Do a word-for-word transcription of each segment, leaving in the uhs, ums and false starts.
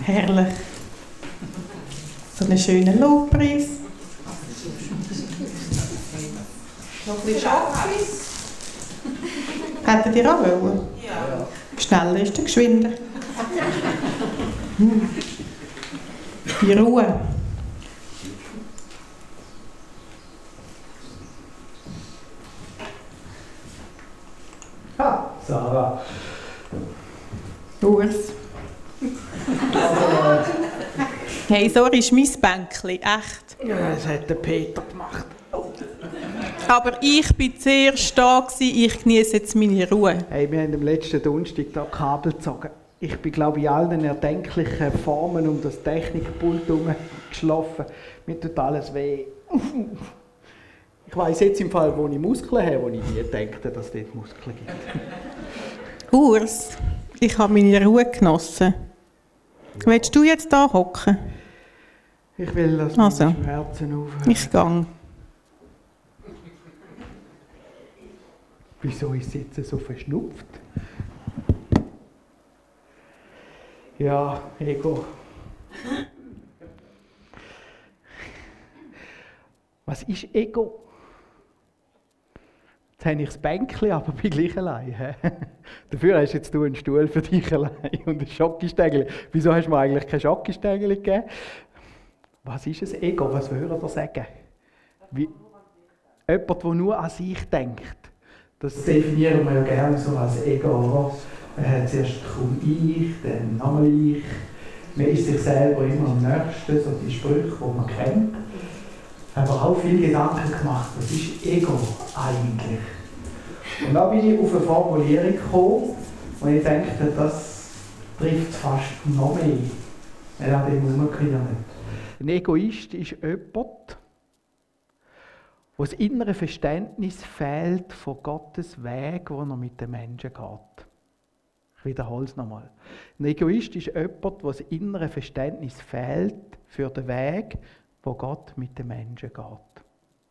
Herrlich. So einen schönen Lobpreis. Noch ein bisschen Schafis. Hättet ihr auch wollen? Ja. Schneller ist der geschwinder. Hm. Die Ruhe. Ah, Sarah. Urs. Hey, so ist mein Bänkchen, echt. Ja, das hat der Peter gemacht. Oh. Aber ich war zuerst da, ich genieße jetzt meine Ruhe. Hey, wir haben am letzten Donnerstag hier Kabel gezogen. Ich bin, glaube ich, in allen erdenklichen Formen um das Technikpult herum geschlafen. Mir tut alles weh. Ich weiss jetzt im Fall, wo ich Muskeln habe, wo ich nie dachte, dass es dort Muskeln gibt. Urs, ich habe meine Ruhe genossen. Ja. Willst du jetzt da hocken? Ich will, dass also, meine Schmerzen aufhören. Ich gehe. Wieso ist sie jetzt so verschnupft? Ja, Ego. Was ist Ego? Jetzt habe ich das Bänkchen, aber bin gleich allein. Dafür hast jetzt du einen Stuhl für dich allein und ein Schokistängel. Wieso hast du mir eigentlich kein Schokistängel gegeben? Was ist ein Ego? Was will er sagen? Wie, jemand, der nur an sich denkt. Das definieren wir ja gerne so als Ego. Oder? Zuerst komme ich, dann nochmal ich. Man ist sich selber immer am nächsten, so die Sprüche, die man kennt. Ich habe auch viele Gedanken gemacht, was ist Ego eigentlich? Und dann bin ich auf eine Formulierung gekommen, wo ich dachte, das trifft fast noch mehr. Er hat dem umgekehrt. Ein Egoist ist jemand, wo das innere Verständnis fehlt von Gottes Weg, wo er mit den Menschen geht. Ich wiederhole es nochmal. Ein Egoist ist jemand, wo das innere Verständnis fehlt für den Weg, wo Gott mit den Menschen geht.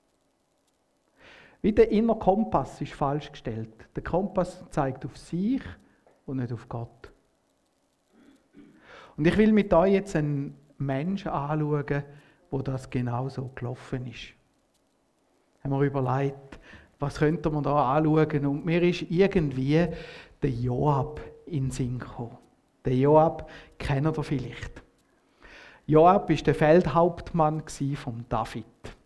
Wie der innere Kompass ist falsch gestellt. Der Kompass zeigt auf sich und nicht auf Gott. Und ich will mit euch jetzt einen Menschen anschauen, wo das genau so gelaufen ist. Haben wir überlegt, was könnte man da anschauen? Und mir ist irgendwie der Joab in den Sinn gekommen. Der Joab kennt ihr vielleicht. Joab war der Feldhauptmann von David.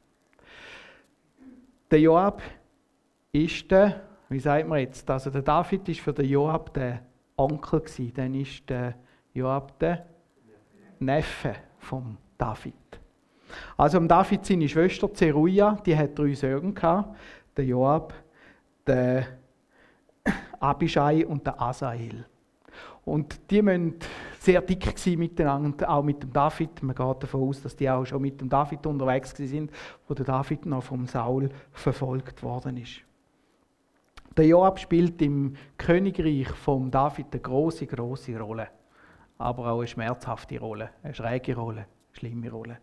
Der Joab ist der, wie sagt man jetzt, also der David ist für den Joab der Onkel gewesen, dann ist der Joab der Neffe von David. Also David seine Schwester Zeruja, die hat drei Söhne gehabt, der Joab, der Abischai und der Asael. Und die müssen sehr dick sein miteinander, auch mit dem David. Man geht davon aus, dass die auch schon mit dem David unterwegs sind, wo der David noch vom Saul verfolgt worden ist. Der Joab spielt im Königreich von David eine große, große Rolle. Aber auch eine schmerzhafte Rolle, eine schräge Rolle, eine schlimme Rolle.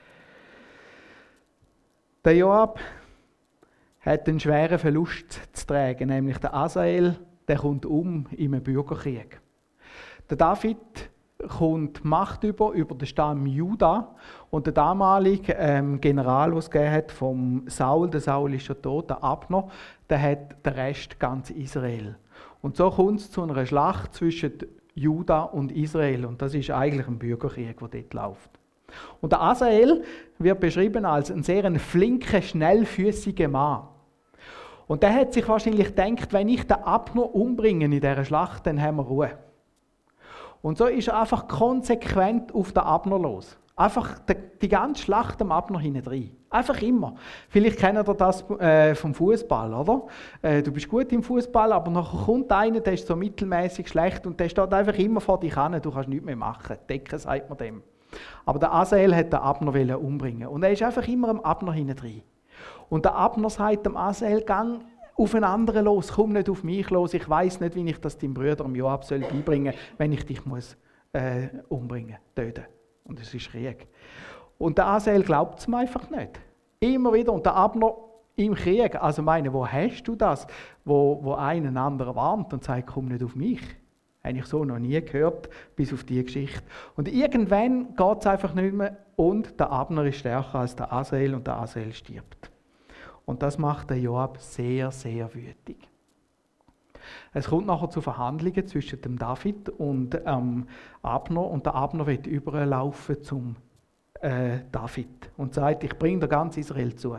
Der Joab hat einen schweren Verlust zu tragen, nämlich der Asael, der kommt um in einem Bürgerkrieg. Der David kommt Macht über, über den Stamm Juda und der damalige ähm, General, der es gegeben hat, vom Saul, der Saul ist schon tot, der Abner, der hat den Rest ganz Israel. Und so kommt es zu einer Schlacht zwischen Juda und Israel und das ist eigentlich ein Bürgerkrieg, der dort läuft. Und der Asael wird beschrieben als ein sehr flinker, schnellfüßiger Mann. Und der hat sich wahrscheinlich gedacht, wenn ich den Abner umbringe in dieser Schlacht, dann haben wir Ruhe. Und so ist er einfach konsequent auf den Abner los. Einfach die, die ganze Schlacht am Abner hinein. Einfach immer. Vielleicht kennt ihr das äh, vom Fußball, oder? Äh, du bist gut im Fußball, aber nachher kommt einer, der ist so mittelmäßig schlecht und der steht einfach immer vor dich hin. Du kannst nichts mehr machen. Decken sagt man dem. Aber der Asael hat den Abner umbringen und er ist einfach immer am Abner hinein. Und der Abner sagt dem Asael, gang auf einen anderen los, komm nicht auf mich los, ich weiss nicht, wie ich das deinem Bruder Joab soll beibringen soll, wenn ich dich muss, äh, umbringen, töten. Und es ist Krieg. Und der Asael glaubt es mir einfach nicht. Immer wieder. Und der Abner im Krieg, also meine, wo hast du das, wo, wo einen anderen warnt und sagt, komm nicht auf mich. Habe ich so noch nie gehört, bis auf diese Geschichte. Und irgendwann geht es einfach nicht mehr und der Abner ist stärker als der Asael und der Asael stirbt. Und das macht der Joab sehr, sehr wütig. Es kommt nachher zu Verhandlungen zwischen dem David und ähm, Abner und der Abner wird überlaufen zum äh, David und sagt, ich bringe dir ganz Israel zu.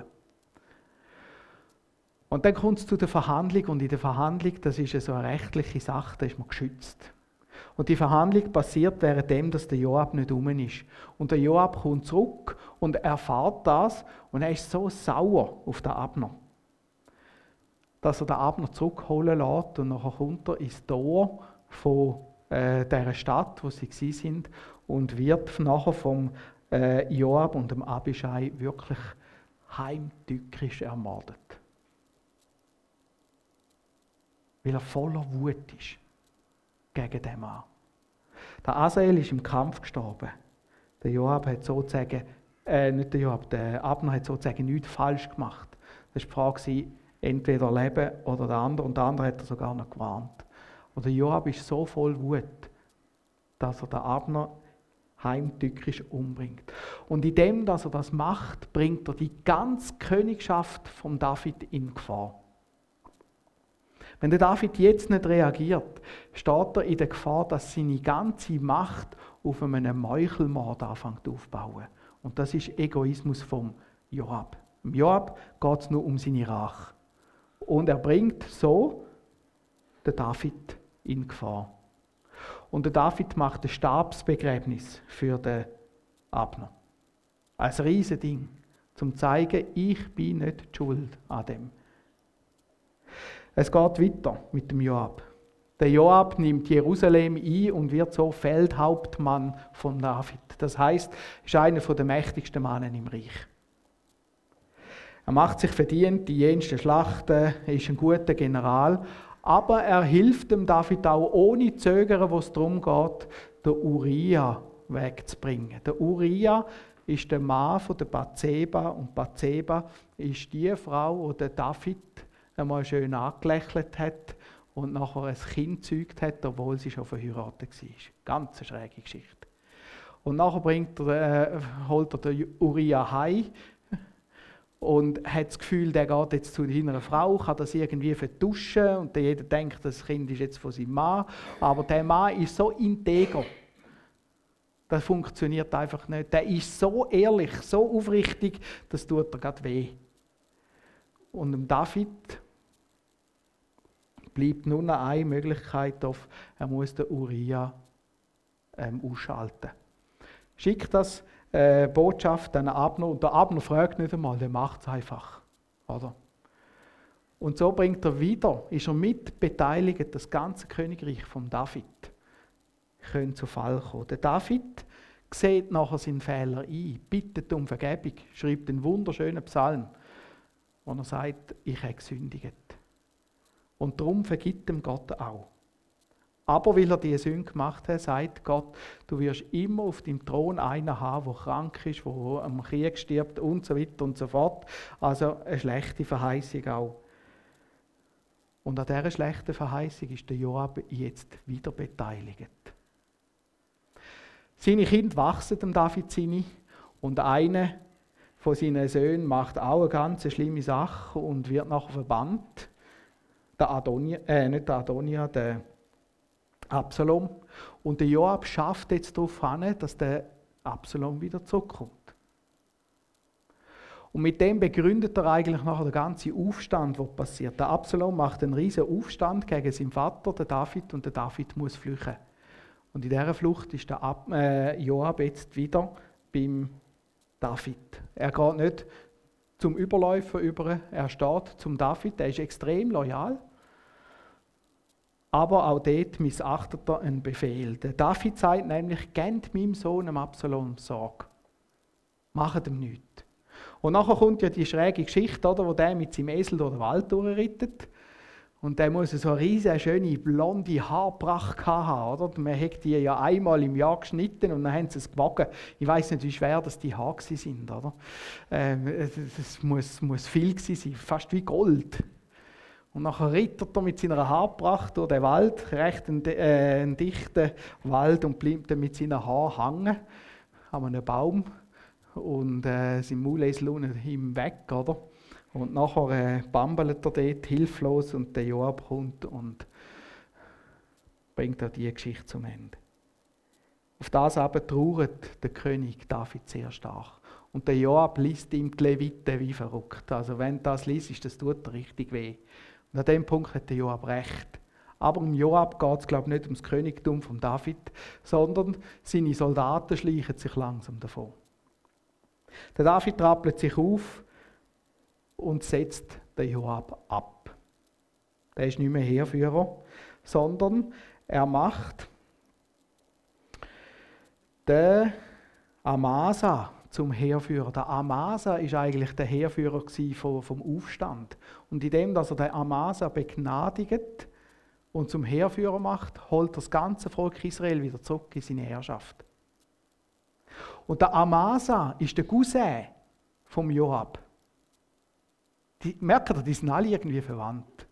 Und dann kommt es zu der Verhandlung und in der Verhandlung, das ist so eine rechtliche Sache, da ist man geschützt. Und die Verhandlung passiert währenddem, dass der Joab nicht rum ist. Und der Joab kommt zurück und erfährt das und er ist so sauer auf den Abner, dass er den Abner zurückholen lässt und nachher kommt er ins Tor von äh, dieser Stadt, wo sie waren, und wird nachher vom äh, Joab und dem Abischai wirklich heimtückisch ermordet. Weil er voller Wut ist gegen den Mann. Der Asael ist im Kampf gestorben. Der Joab hat sozusagen, äh, nicht der Joab, der Abner hat sozusagen nichts falsch gemacht. Das war die Frage, entweder leben oder der andere. Und der andere hat er sogar noch gewarnt. Und der Joab ist so voll Wut, dass er den Abner heimtückisch umbringt. Und in dem, dass er das macht, bringt er die ganze Königschaft von David in Gefahr. Wenn der David jetzt nicht reagiert, steht er in der Gefahr, dass seine ganze Macht auf einem Meuchelmord anfängt aufzubauen. Und das ist Egoismus vom Joab. Im Joab geht es nur um seine Rache. Und er bringt so den David in Gefahr. Und der David macht ein Stabsbegräbnis für den Abner. Ein riesiges Ding, um zu zeigen, ich bin nicht die schuld an dem. Es geht weiter mit dem Joab. Der Joab nimmt Jerusalem ein und wird so Feldhauptmann von David. Das heißt, er ist einer der mächtigsten Männer im Reich. Er macht sich verdient die jensten Schlachten, er ist ein guter General, aber er hilft dem David auch ohne Zögern, wo es darum geht, den Uria wegzubringen. Der Uria ist der Mann von der Bathseba und Bathseba ist die Frau, die David einmal schön angelächelt hat und nachher ein Kind gezeugt hat, obwohl sie schon verheiratet war. Ganz eine schräge Geschichte. Und nachher bringt er, äh, holt er den Uria heim und hat das Gefühl, der geht jetzt zu einer Frau, kann das irgendwie vertuschen und jeder denkt, das Kind ist jetzt von seinem Mann. Aber der Mann ist so integer. Das funktioniert einfach nicht. Der ist so ehrlich, so aufrichtig, das tut er gerade weh. Und dem David bleibt nur noch eine Möglichkeit auf, er muss den Uria ähm, ausschalten. Schickt das äh, Botschaft an Abner und der Abner fragt nicht einmal, der macht es einfach. Oder? Und so bringt er wieder, ist er mit beteiligt, das ganze Königreich von David können zu Fall kommen. Der David sieht nachher seinen Fehler ein, bittet um Vergebung, schreibt einen wunderschönen Psalm, wo er sagt, ich habe gesündigt. Und darum vergibt ihm Gott auch. Aber weil er diese Sünde gemacht hat, sagt Gott, du wirst immer auf deinem Thron einen haben, der krank ist, der am Krieg stirbt und so weiter und so fort. Also eine schlechte Verheißung auch. Und an dieser schlechten Verheißung ist der Joab jetzt wieder beteiligt. Seine Kinder wachsen dem David seine und einer von seinen Söhnen macht auch eine ganz schlimme Sache und wird nachher verbannt. Der Adonia, äh, nicht der Adonia, der Absalom. Und der Joab schafft jetzt darauf hin, dass der Absalom wieder zurückkommt. Und mit dem begründet er eigentlich nachher den ganzen Aufstand, der passiert. Der Absalom macht einen riesen Aufstand gegen seinen Vater, den David, und der David muss flüchten. Und in dieser Flucht ist der Ab, äh, Joab jetzt wieder beim David. Er geht nicht zum Überläufer über, er steht zum David, er ist extrem loyal. Aber auch dort missachtet er einen Befehl. Der David sagt nämlich, gebt meinem Sohn Absalom Sorge. Macht ihm nichts. Und nachher kommt ja die schräge Geschichte, oder, wo der mit seinem Esel durch den Wald durchreitet. Und der muss so eine riesige, schöne, blonde Haarpracht haben, oder? Man hat die ja einmal im Jahr geschnitten und dann haben sie es gewogen. Ich weiss nicht, wie schwer das die Haare sind, oder? Ähm, das muss, muss viel gewesen sein, fast wie Gold. Und nachher rittert er mit seiner Haarpracht durch den Wald, recht einen, äh, einen dichten Wald, und bleibt dann mit seinen Haaren hängen an einem Baum. Und äh, sein Maulesel unten ihm weg, oder? Und nachher äh, bambelt er dort hilflos, und der Joab kommt und bringt auch diese Geschichte zum Ende. Auf das aber trauert der König David sehr stark. Und der Joab liest ihm die Leviten wie verrückt. Also wenn du das liest, das tut richtig weh. Und an dem Punkt hat der Joab recht. Aber um Joab geht es, glaube ich, nicht ums Königtum von David, sondern seine Soldaten schleichen sich langsam davon. Der David rappelt sich auf und setzt den Joab ab. Der ist nicht mehr Heerführer, sondern er macht den Amasa zum Heerführer. Der Amasa ist eigentlich der Heerführer vom Aufstand. Und indem dass er den Amasa begnadigt und zum Heerführer macht, holt das ganze Volk Israel wieder zurück in seine Herrschaft. Und der Amasa ist der Cousin vom Joab. Die, merkt ihr, die sind alle irgendwie verwandt.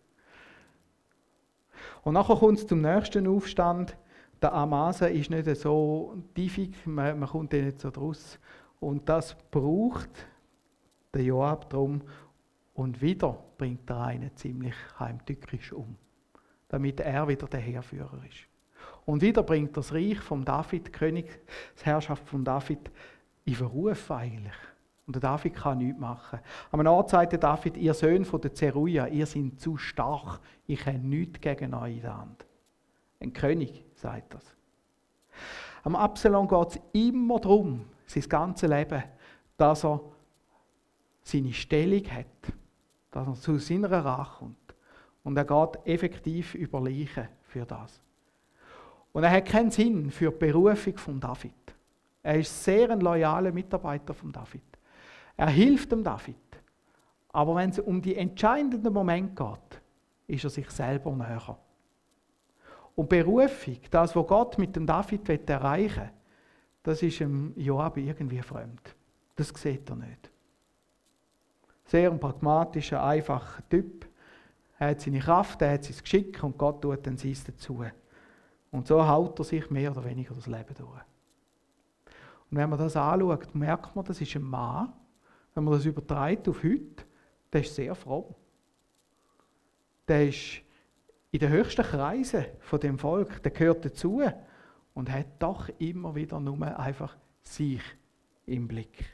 Und nachher kommt es zum nächsten Aufstand. Der Amasa ist nicht so tiefig, man, man kommt nicht so draus. Und das braucht der Joab drum. Und wieder bringt er einen ziemlich heimtückisch um, damit er wieder der Heerführer ist. Und wieder bringt das Reich von David, die Königsherrschaft von David, in Verruf eigentlich. Und der David kann nichts machen. Am Ort sagt der David, ihr Söhne von der Zeruja, ihr seid zu stark, ich habe nichts gegen euch in der Hand. Ein König sagt das. Am Absalom geht es immer darum, sein ganzes Leben, dass er seine Stellung hat, dass er zu seiner Rache kommt. Und er geht effektiv über Leichen für das. Und er hat keinen Sinn für die Berufung von David. Er ist sehr ein loyaler Mitarbeiter von David. Er hilft dem David. Aber wenn es um die entscheidenden Momente geht, ist er sich selber näher. Und Berufung, das, was Gott mit dem David erreichen will, das ist dem Joab irgendwie fremd. Das sieht er nicht. Sehr ein pragmatischer, einfacher Typ. Er hat seine Kraft, er hat sein Geschick und Gott tut dann sein dazu. Und so haut er sich mehr oder weniger das Leben durch. Und wenn man das anschaut, merkt man, das ist ein Mann, wenn man das überträgt auf heute, der ist sehr fromm. Der ist in den höchsten Kreisen von dem Volk, der gehört dazu und hat doch immer wieder nur einfach sich im Blick.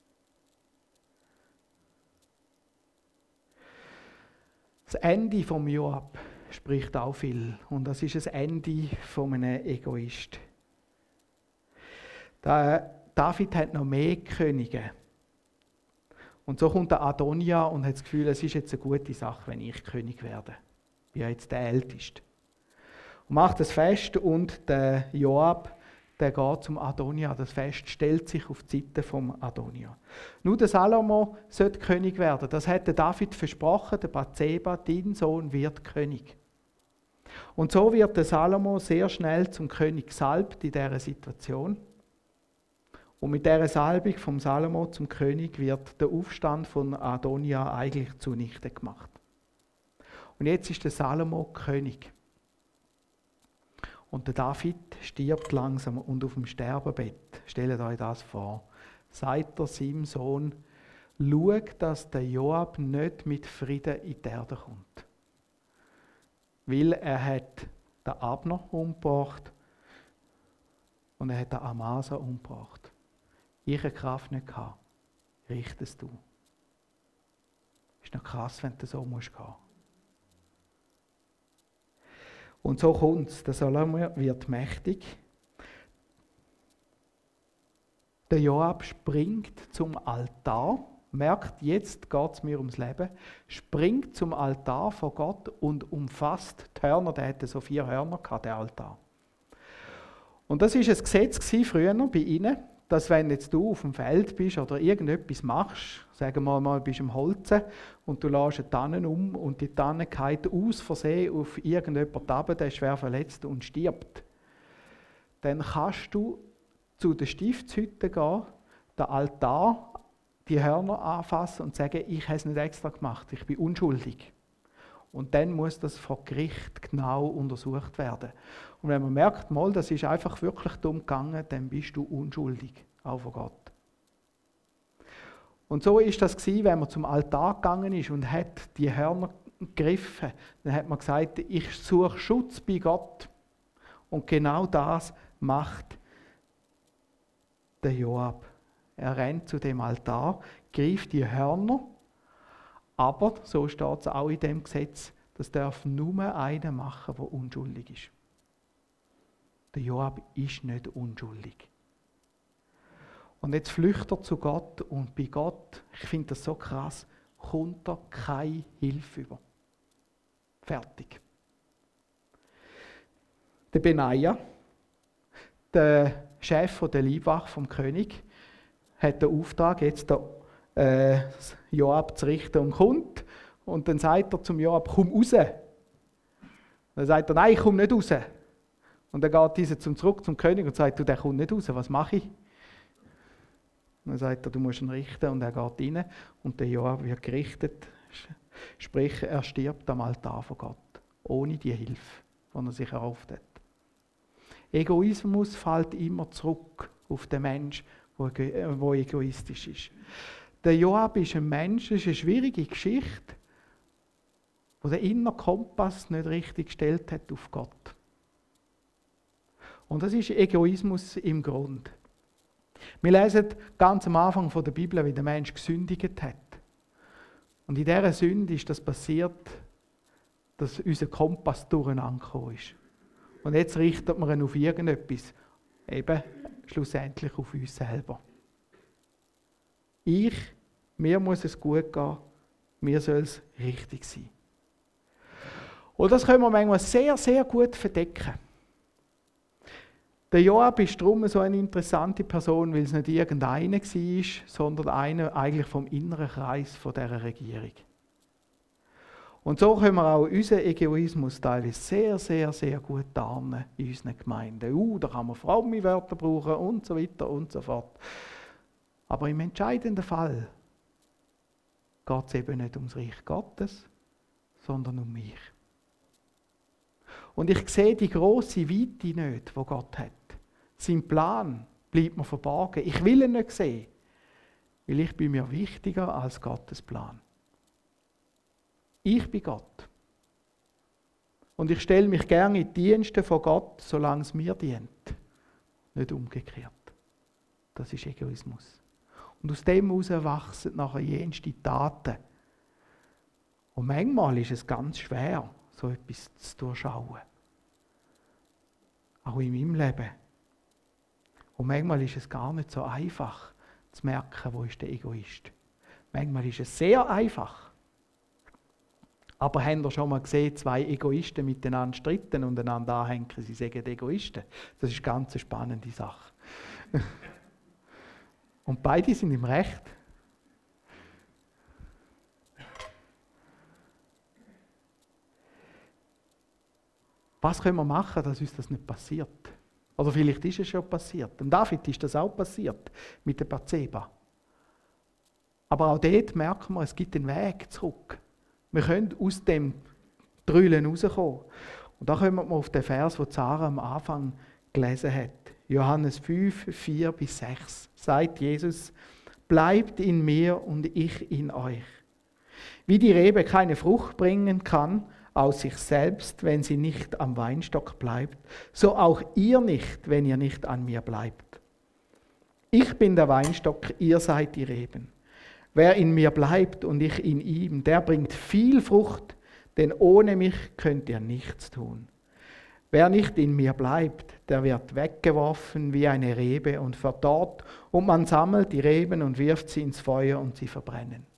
Das Ende vom Joab spricht auch viel und das ist das Ende von einem Egoist. Der David hat noch mehr Könige. Und so kommt der Adonija und hat das Gefühl, es ist jetzt eine gute Sache, wenn ich König werde. Ich bin ja jetzt der Älteste. Und macht das Fest und der Joab, der geht zum Adonija. Das Fest stellt sich auf die Seite vom Adonija. Nur der Salomo sollte König werden. Das hat der David versprochen, der Bathseba, dein Sohn wird König. Und so wird der Salomo sehr schnell zum König gesalbt in dieser Situation. Und mit dieser Salbung vom Salomo zum König wird der Aufstand von Adonija eigentlich zunichte gemacht. Und jetzt ist der Salomo König. Und der David stirbt langsam und auf dem Sterbebett, stellt euch das vor, sagt er seinem Sohn, schau, dass der Joab nicht mit Frieden in die Erde kommt. Weil er hat den Abner umgebracht und er hat den Amasa umgebracht. Ich habe Kraft nicht gehabt. Richtest du. Ist noch krass, wenn du so musst gehen. Und so kommt es. Der Salomo wird mächtig. Der Joab springt zum Altar. Merkt, jetzt geht es mir ums Leben. Springt zum Altar vor Gott und umfasst die Hörner. Der hatte so vier Hörner gehabt, der Altar. Und das war ein Gesetz früher bei ihnen, dass wenn jetzt du auf dem Feld bist oder irgendetwas machst, sagen wir mal, bist im Holzen und du lässt eine Tanne um und die Tanne geht aus Versehen auf irgendjemanden runter, der ist schwer verletzt und stirbt, dann kannst du zu der Stiftshütte gehen, den Altar, die Hörner anfassen und sagen, ich habe es nicht extra gemacht, ich bin unschuldig. Und dann muss das vor Gericht genau untersucht werden. Und wenn man merkt, mal, das ist einfach wirklich dumm gegangen, dann bist du unschuldig, auch vor Gott. Und so ist das gewesen, wenn man zum Altar gegangen ist und hat die Hörner gegriffen. Dann hat man gesagt, ich suche Schutz bei Gott. Und genau das macht der Joab. Er rennt zu dem Altar, greift die Hörner, aber, so steht es auch in dem Gesetz, das darf nur einer machen, der unschuldig ist. Der Joab ist nicht unschuldig. Und jetzt flüchtet er zu Gott und bei Gott, ich finde das so krass, kommt er keine Hilfe über. Fertig. Der Benaja, der Chef der Leibwache vom König, hat den Auftrag, jetzt den äh, Joab zu richten und kommt. Und dann sagt er zum Joab, komm raus. Dann sagt er, nein, ich komme nicht raus. Und dann geht dieser zum zurück zum König und sagt, du, der kommt nicht raus, was mache ich? Und dann sagt er, du musst ihn richten, und er geht rein und der Joab wird gerichtet. Sprich, er stirbt am Altar von Gott, ohne die Hilfe, die er sich erhofft hat. Egoismus fällt immer zurück auf den Menschen, der egoistisch ist. Der Joab ist ein Mensch, das ist eine schwierige Geschichte, wo der innere Kompass nicht richtig gestellt hat auf Gott. Und das ist Egoismus im Grund. Wir lesen ganz am Anfang von der Bibel, wie der Mensch gesündigt hat. Und in dieser Sünde ist das passiert, dass unser Kompass durcheinander gekommen ist. Und jetzt richtet man ihn auf irgendetwas. Eben schlussendlich auf uns selber. Ich, mir muss es gut gehen, mir soll es richtig sein. Und das können wir manchmal sehr, sehr gut verdecken. Der Joab ist darum so eine interessante Person, weil es nicht irgendeiner war, sondern einer eigentlich vom inneren Kreis von dieser Regierung. Und so können wir auch unseren Egoismus teilweise sehr, sehr, sehr gut tarnen in unseren Gemeinden. Uh, da kann man fromme Wörter brauchen und so weiter und so fort. Aber im entscheidenden Fall geht es eben nicht ums Reich Gottes, sondern um mich. Und ich sehe die grosse Weite nicht, die Gott hat. Sein Plan bleibt mir verborgen. Ich will ihn nicht sehen, weil ich bin mir wichtiger als Gottes Plan. Ich bin Gott. Und ich stelle mich gerne in die Dienste von Gott, solange es mir dient. Nicht umgekehrt. Das ist Egoismus. Und aus dem heraus wachsen nachher jenste Taten. Und manchmal ist es ganz schwer, so etwas zu durchschauen. Auch in meinem Leben. Und manchmal ist es gar nicht so einfach zu merken, wo ist der Egoist. Manchmal ist es sehr einfach. Aber habt ihr schon mal gesehen, zwei Egoisten miteinander streiten und einander anhängen, sie sagen Egoisten? Das ist eine ganz spannende Sache. Und beide sind im Recht. Was können wir machen, dass uns das nicht passiert? Oder vielleicht ist es schon passiert. Dem David ist das auch passiert mit der Bathseba. Aber auch dort merken wir, es gibt einen Weg zurück. Wir können aus dem Trüllen rauskommen. Und da kommen wir auf den Vers, den Sarah am Anfang gelesen hat. Johannes fünf, vier bis sechs. Sagt Jesus, bleibt in mir und ich in euch. Wie die Rebe keine Frucht bringen kann aus sich selbst, wenn sie nicht am Weinstock bleibt, so auch ihr nicht, wenn ihr nicht an mir bleibt. Ich bin der Weinstock, ihr seid die Reben. Wer in mir bleibt und ich in ihm, der bringt viel Frucht, denn ohne mich könnt ihr nichts tun. Wer nicht in mir bleibt, der wird weggeworfen wie eine Rebe und verdorrt, und man sammelt die Reben und wirft sie ins Feuer und sie verbrennen.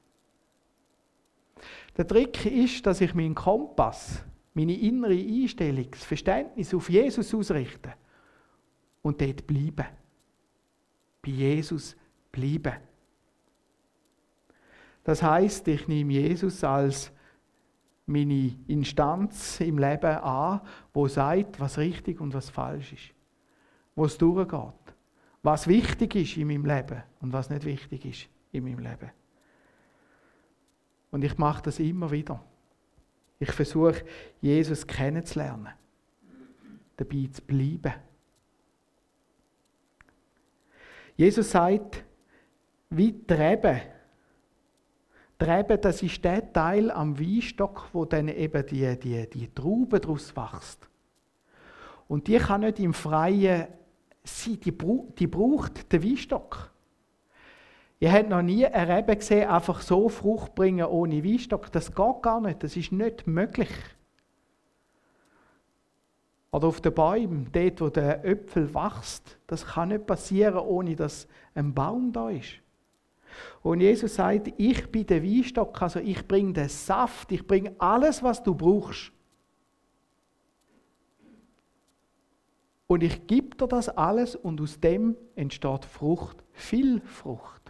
Der Trick ist, dass ich meinen Kompass, meine innere Einstellung, das Verständnis auf Jesus ausrichte und dort bleibe. Bei Jesus bleibe. Das heisst, ich nehme Jesus als meine Instanz im Leben an, wo sagt, was richtig und was falsch ist. Wo es durchgeht. Was wichtig ist in meinem Leben und was nicht wichtig ist in meinem Leben. Und ich mache das immer wieder. Ich versuche, Jesus kennenzulernen, dabei zu bleiben. Jesus sagt, wie die Rebe. Die Rebe, das ist der Teil am Weinstock, wo dann eben die, die, die Traube daraus wächst. Und die kann nicht im Freien sein, die, die braucht den Weinstock. Ihr habt noch nie eine Rebe gesehen, einfach so Frucht bringen ohne Weinstock. Das geht gar nicht, das ist nicht möglich. Oder auf den Bäumen, dort wo der Äpfel wächst, das kann nicht passieren, ohne dass ein Baum da ist. Und Jesus sagt, ich bin der Weinstock, also ich bringe den Saft, ich bringe alles, was du brauchst. Und ich gebe dir das alles und aus dem entsteht Frucht, viel Frucht.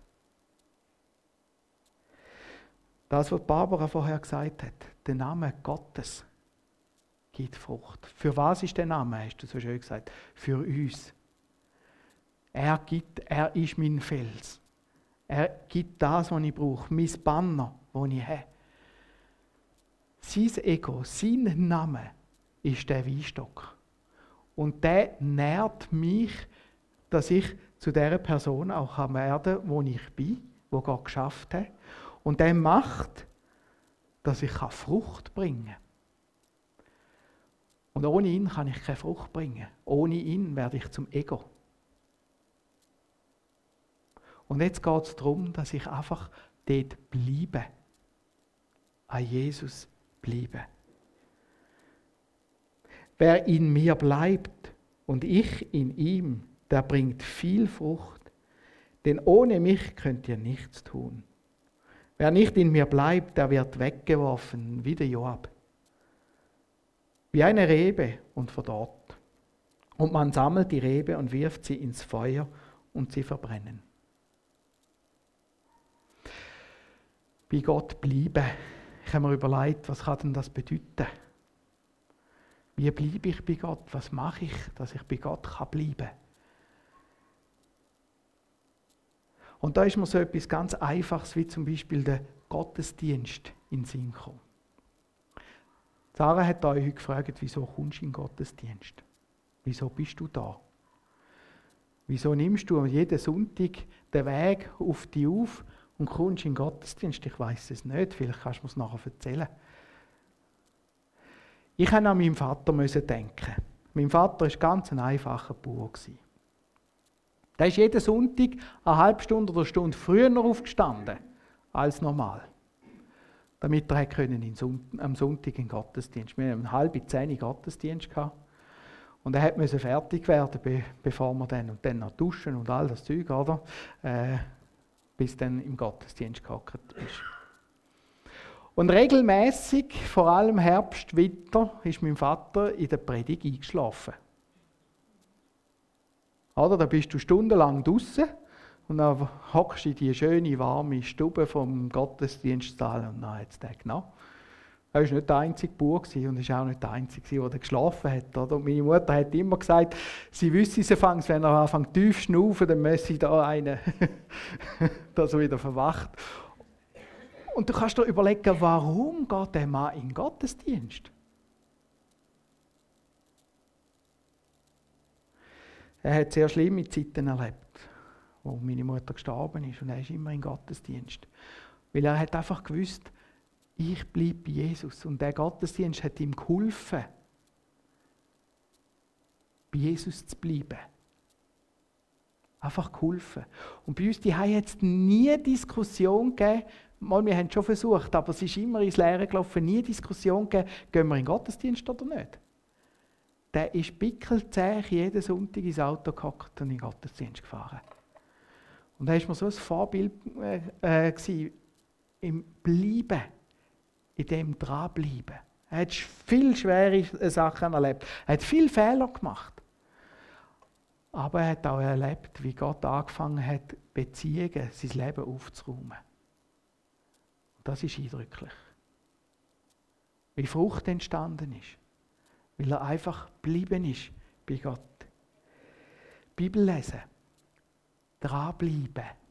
Das, was Barbara vorher gesagt hat, der Name Gottes gibt Frucht. Für was ist der Name, hast du so schön gesagt? Für uns. Er gibt, er ist mein Fels. Er gibt das, was ich brauche, mein Banner, das ich habe. Sein Ego, sein Name ist der Weinstock. Und der nährt mich, dass ich zu der Person auch werden kann, wo ich bin, wo Gott geschafft hat. Und der macht, dass ich Frucht bringen kann. Und ohne ihn kann ich keine Frucht bringen. Ohne ihn werde ich zum Ego. Und jetzt geht es darum, dass ich einfach dort bleibe. An Jesus bleibe. Wer in mir bleibt und ich in ihm, der bringt viel Frucht. Denn ohne mich könnt ihr nichts tun. Wer nicht in mir bleibt, der wird weggeworfen, wie der Joab. Wie eine Rebe und verdorrt. Und man sammelt die Rebe und wirft sie ins Feuer und sie verbrennen. Bei Gott bleiben. Ich habe mir überlegt, was kann denn das bedeuten? Wie bleibe ich bei Gott? Was mache ich, dass ich bei Gott bleiben kann? Und da ist mir so etwas ganz Einfaches, wie zum Beispiel der Gottesdienst in den Sinn gekommen. Sarah hat euch heute gefragt, wieso kommst du in den Gottesdienst? Wieso bist du da? Wieso nimmst du jeden Sonntag den Weg auf dich auf und kommst in den Gottesdienst? Ich weiss es nicht, vielleicht kannst du mir es nachher erzählen. Ich musste an meinen Vater denken. Mein Vater war ganz ein einfacher Bauer. Der ist jeden Sonntag eine halbe Stunde oder eine Stunde früher aufgestanden als normal. Damit er am Sonntag in den Gottesdienst. Wir hatten um halb zehn Gottesdienst gehabt. Und er musste fertig werden, bevor wir dann, und dann noch duschen und all das Zeug, oder? Äh, bis dann im Gottesdienst gehockt bist. Und regelmäßig, vor allem Herbst, Winter, ist mein Vater in der Predigt eingeschlafen. Oder, da bist du stundenlang draußen und dann hockst du in die schöne, warme Stube vom Gottesdienstsaal und dann hat es den genommen. Er war nicht der einzige Bauer und er war auch nicht der einzige, der geschlafen hat. Oder? Und meine Mutter hat immer gesagt, sie wüsste es anfangs, wenn er anfängt tief zu schnaufen, dann müsse da einer, dass er wieder verwacht. Und du kannst dir überlegen, warum geht der Mann in den Gottesdienst? Er hat sehr schlimme Zeiten erlebt, wo meine Mutter gestorben ist, und er ist immer in den Gottesdienst. Weil er hat einfach gewusst, ich bleibe bei Jesus. Und der Gottesdienst hat ihm geholfen, bei Jesus zu bleiben. Einfach geholfen. Und bei uns die hat es nie Diskussion gegeben. Mal, wir haben es schon versucht, aber es ist immer ins Leere gelaufen. Nie Diskussion gegeben, gehen wir in den Gottesdienst oder nicht. Der ist pickelzäh jeden Sonntag ins Auto gehockt und in den Gottesdienst gefahren. Und da war mir so ein Vorbild äh, äh, im Bleiben, in dem Dranbleiben. Er hat viel schwere Sachen erlebt. Er hat viele Fehler gemacht. Aber er hat auch erlebt, wie Gott angefangen hat, Beziehungen, sein Leben aufzuräumen. Und das ist eindrücklich. Wie Frucht entstanden ist. Weil er einfach geblieben ist bei Gott. Bibel lesen. Dranbleiben.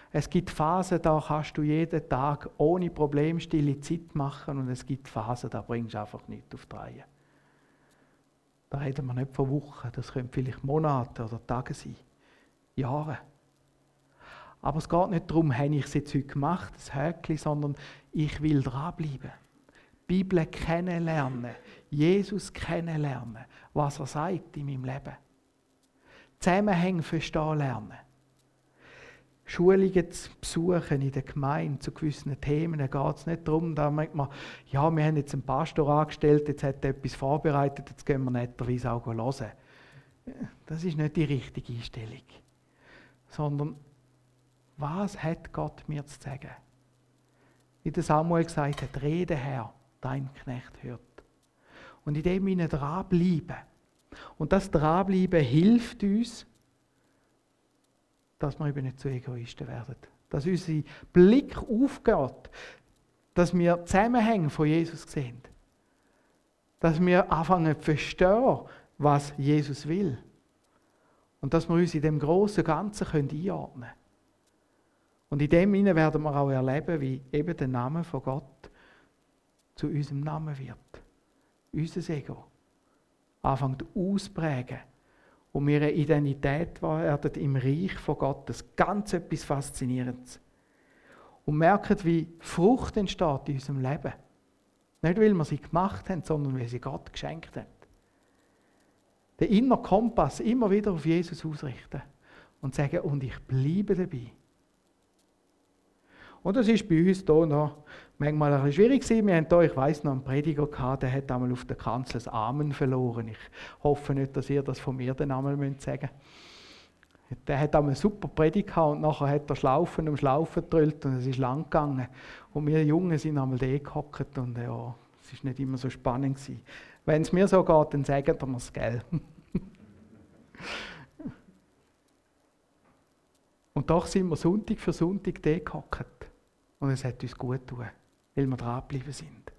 Es gibt Phasen, da kannst du jeden Tag ohne Problem stille Zeit machen und es gibt Phasen, da bringst du einfach nichts auf die Reihe. Da reden wir nicht von Wochen, das können vielleicht Monate oder Tage sein, Jahre. Aber es geht nicht darum, habe ich es jetzt heute gemacht, das Häkchen, sondern ich will dranbleiben. Die Bibel kennenlernen, Jesus kennenlernen, was er sagt in meinem Leben. Zusammenhänge verstehen lernen. Schulungen zu besuchen in der Gemeinde zu gewissen Themen, da geht es nicht darum, da merkt man, ja, wir haben jetzt einen Pastor angestellt, jetzt hat er etwas vorbereitet, jetzt gehen wir netterweise auch hören. Das ist nicht die richtige Einstellung. Sondern, was hat Gott mir zu sagen? Wie der Samuel gesagt hat, rede Herr, dein Knecht hört. Und in dem hinein dranbleiben. Und das Dranbleiben hilft uns, dass wir eben nicht zu Egoisten werden. Dass unser Blick aufgeht, dass wir Zusammenhänge von Jesus sehen. Dass wir anfangen zu verstehen, was Jesus will. Und dass wir uns in dem grossen Ganzen einordnen können. Und in dem hinein werden wir auch erleben, wie eben der Name von Gott zu unserem Namen wird. Unser Ego anfängt ausprägen und wir eine Identität werden im Reich von Gott. Das ist ganz etwas Faszinierendes. Und merken, wie Frucht entsteht in unserem Leben. Nicht, weil wir sie gemacht haben, sondern weil sie Gott geschenkt haben. Den inneren Kompass immer wieder auf Jesus ausrichten und sagen, und ich bleibe dabei. Und das ist bei uns hier noch manchmal ein bisschen schwierig gewesen. Wir haben hier, ich weiss noch, einen Prediger gehabt, der hat einmal auf der Kanzel das Amen verloren. Ich hoffe nicht, dass ihr das von mir dann einmal sagen müsst. Der hat einmal eine super Predigt gehabt und nachher hat er Schlaufen um Schlaufen gedrüllt und es ist lang gegangen. Und wir Jungen sind einmal da gehockt und ja, es war nicht immer so spannend gewesen. Wenn es mir so geht, dann sagen wir es, gell. Und doch sind wir Sonntag für Sonntag da gehockt. Und es hat uns gut getan, weil wir dranbleiben sind.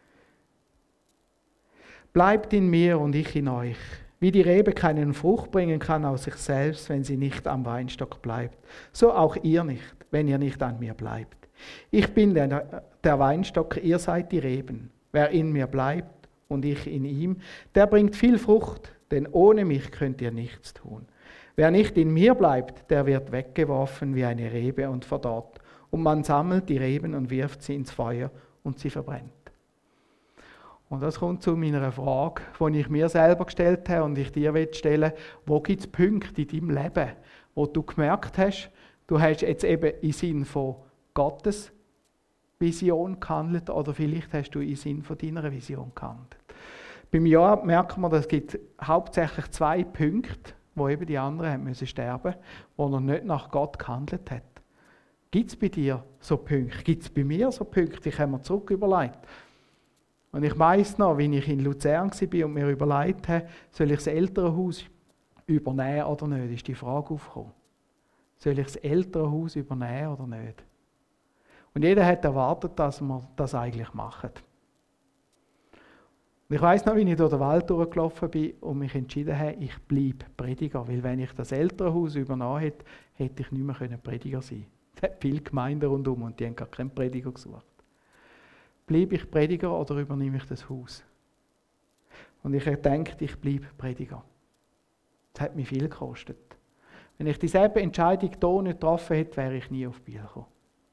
Bleibt in mir und ich in euch. Wie die Rebe keinen Frucht bringen kann aus sich selbst, wenn sie nicht am Weinstock bleibt, so auch ihr nicht, wenn ihr nicht an mir bleibt. Ich bin der, der Weinstock, ihr seid die Reben. Wer in mir bleibt und ich in ihm, der bringt viel Frucht, denn ohne mich könnt ihr nichts tun. Wer nicht in mir bleibt, der wird weggeworfen wie eine Rebe und verdorrt. Und man sammelt die Reben und wirft sie ins Feuer und sie verbrennt. Und das kommt zu meiner Frage, die ich mir selber gestellt habe und ich dir stellen will. Wo gibt es Punkte in deinem Leben, wo du gemerkt hast, du hast jetzt eben im Sinn von Gottes Vision gehandelt oder vielleicht hast du im Sinn von deiner Vision gehandelt. Beim Ja merkt man, es gibt hauptsächlich zwei Punkte, wo eben die anderen haben müssen sterben, wo er nicht nach Gott gehandelt hat. Gibt es bei dir so Punkte? Gibt es bei mir so Punkte? Ich habe mir zurück überlegt. Und ich weiss noch, wie ich in Luzern war und mir überlegt habe, soll ich das Elternhaus übernehmen oder nicht, ist die Frage aufgekommen. Soll ich das Elternhaus übernehmen oder nicht? Und jeder hat erwartet, dass wir das eigentlich machen. Und ich weiss noch, wie ich durch den Wald durchgelaufen bin und mich entschieden habe, ich bleibe Prediger. Weil wenn ich das Elternhaus übernommen hätte, hätte ich nicht mehr Prediger sein können. Es hat viele Gemeinden rundherum und die haben gar keinen Prediger gesucht. Bleibe ich Prediger oder übernehme ich das Haus? Und ich habe gedacht, ich bleibe Prediger. Das hat mich viel gekostet. Wenn ich dieselbe Entscheidung hier nicht getroffen hätte, wäre ich nie auf Biel gekommen.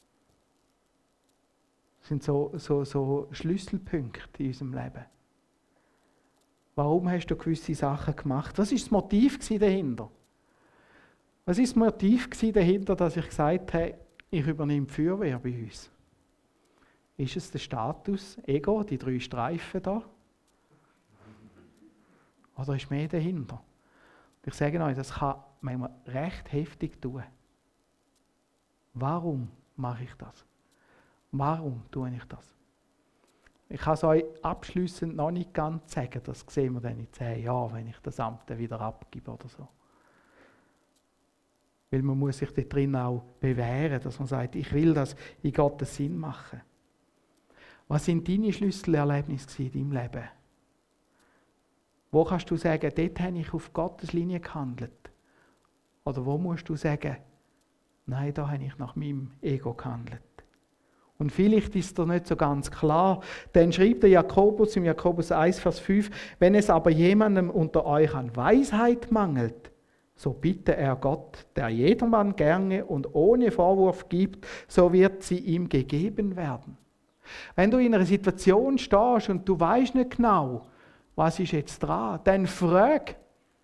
Das sind so, so, so Schlüsselpunkte in unserem Leben. Warum hast du gewisse Sachen gemacht? Was war das Motiv dahinter? Was war das Motiv dahinter, dass ich gesagt habe, ich übernehme die Feuerwehr bei uns? Ist es der Status, Ego, die drei Streifen da? Oder ist mehr dahinter? Ich sage euch, das kann manchmal recht heftig tun. Warum mache ich das? Warum tue ich das? Ich kann es euch abschliessend noch nicht ganz sagen, das sehen wir dann in zehn Jahren, wenn ich das Amt dann wieder abgebe oder so. Weil man muss sich da drin auch bewähren, dass man sagt, ich will das in Gottes Sinn machen. Was sind deine Schlüsselerlebnisse in deinem Leben? Wo kannst du sagen, dort habe ich auf Gottes Linie gehandelt? Oder wo musst du sagen, Nein, da habe ich nach meinem Ego gehandelt. Und vielleicht ist das nicht so ganz klar. Dann schreibt der Jakobus im Jakobus eins, Vers fünf, wenn es aber jemandem unter euch an Weisheit mangelt, so bitte er Gott, der jedermann gerne und ohne Vorwurf gibt, so wird sie ihm gegeben werden. Wenn du in einer Situation stehst und du weißt nicht genau, was ist jetzt dran, dann frag.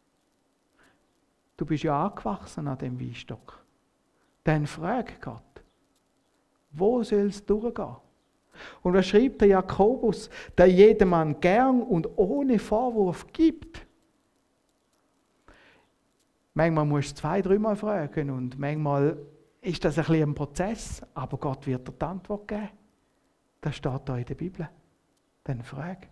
Du bist ja angewachsen an dem Weinstock. Dann frag Gott. Wo soll es durchgehen? Und was schreibt der Jakobus, der jedermann gern und ohne Vorwurf gibt? Manchmal musst du zwei, dreimal fragen und manchmal ist das ein bisschen ein Prozess, aber Gott wird dir die Antwort geben. Das steht da in der Bibel. Dann frag.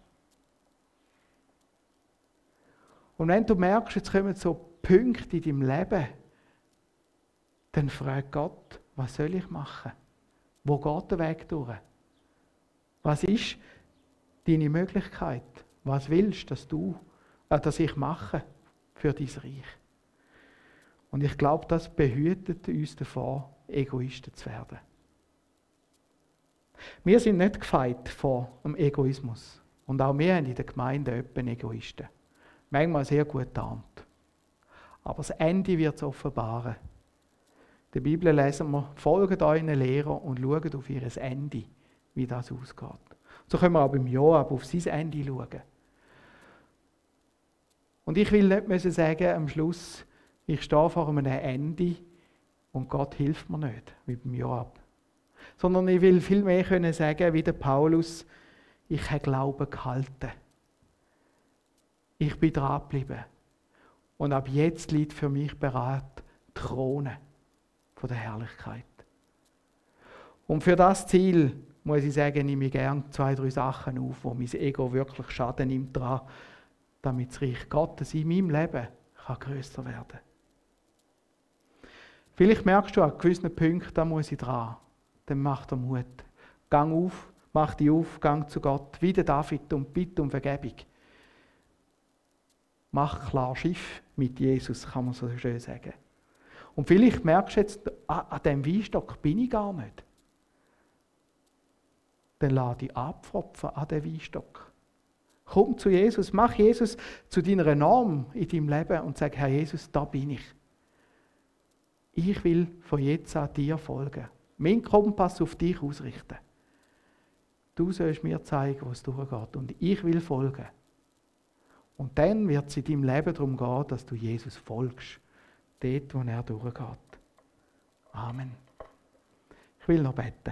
Und wenn du merkst, jetzt kommen so Punkte in deinem Leben, dann frag Gott, was soll ich machen? Wo geht der Weg durch? Was ist deine Möglichkeit? Was willst du, dass du, äh, dass ich mache für dein Reich? Und ich glaube, das behütet uns davor, Egoisten zu werden. Wir sind nicht gefeit vor dem Egoismus. Und auch wir haben in der Gemeinde öppen Egoisten. Manchmal sehr gut getarnt. Aber das Ende wird es offenbaren. In der Bibel lesen wir, folgt euren Lehrern und schaut auf ihr Ende, wie das ausgeht. So können wir auch beim Joab auf sein Ende schauen. Und ich will nicht müssen sagen am Schluss, ich stehe vor einem Ende und Gott hilft mir nicht, wie beim Joab. Sondern ich will viel mehr können sagen, wie der Paulus, ich habe Glauben gehalten. Ich bin dran geblieben. Und ab jetzt liegt für mich bereit die Krone von der Herrlichkeit. Und für das Ziel, muss ich sagen, nehme ich gerne zwei, drei Sachen auf, wo mein Ego wirklich Schaden nimmt dran, damit das Reich Gottes in meinem Leben kann grösser werden. Vielleicht merkst du an gewissen Punkten, da muss ich dran. Dann mach dir Mut. Gang auf, mach dich auf, gang zu Gott, wie der David und bitte um Vergebung. Mach klar Schiff mit Jesus, kann man so schön sagen. Und vielleicht merkst du jetzt, an, an diesem Weinstock bin ich gar nicht. Dann lass dich abpfropfen an den Weinstock. Komm zu Jesus, mach Jesus zu deiner Norm in deinem Leben und sag, Herr Jesus, da bin ich. Ich will von jetzt an dir folgen. Mein Kompass auf dich ausrichten. Du sollst mir zeigen, wo es durchgeht. Und ich will folgen. Und dann wird es in deinem Leben darum gehen, dass du Jesus folgst. Dort, wo er durchgeht. Amen. Ich will noch beten.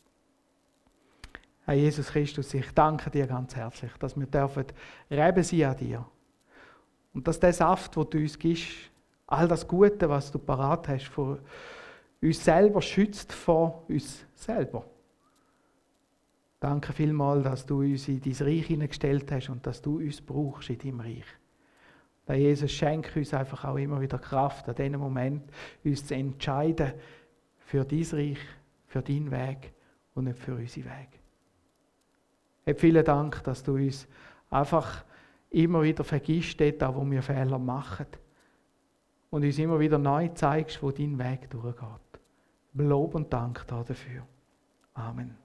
Herr Jesus Christus, ich danke dir ganz herzlich, dass wir dürfen Reben sein an dir. Und dass der Saft, den du uns gibst, all das Gute, was du parat hast, vor uns selber schützt vor uns selber. Danke vielmals, dass du uns in dein Reich hineingestellt hast und dass du uns brauchst in deinem Reich. Herr Jesus, schenke uns einfach auch immer wieder Kraft, an diesem Moment uns zu entscheiden für dein Reich, für deinen Weg und nicht für unseren Weg. Hab vielen Dank, dass du uns einfach immer wieder vergisst, dort, wo wir Fehler machen. Und uns immer wieder neu zeigst, wo dein Weg durchgeht. Lob und Dank dafür. Amen.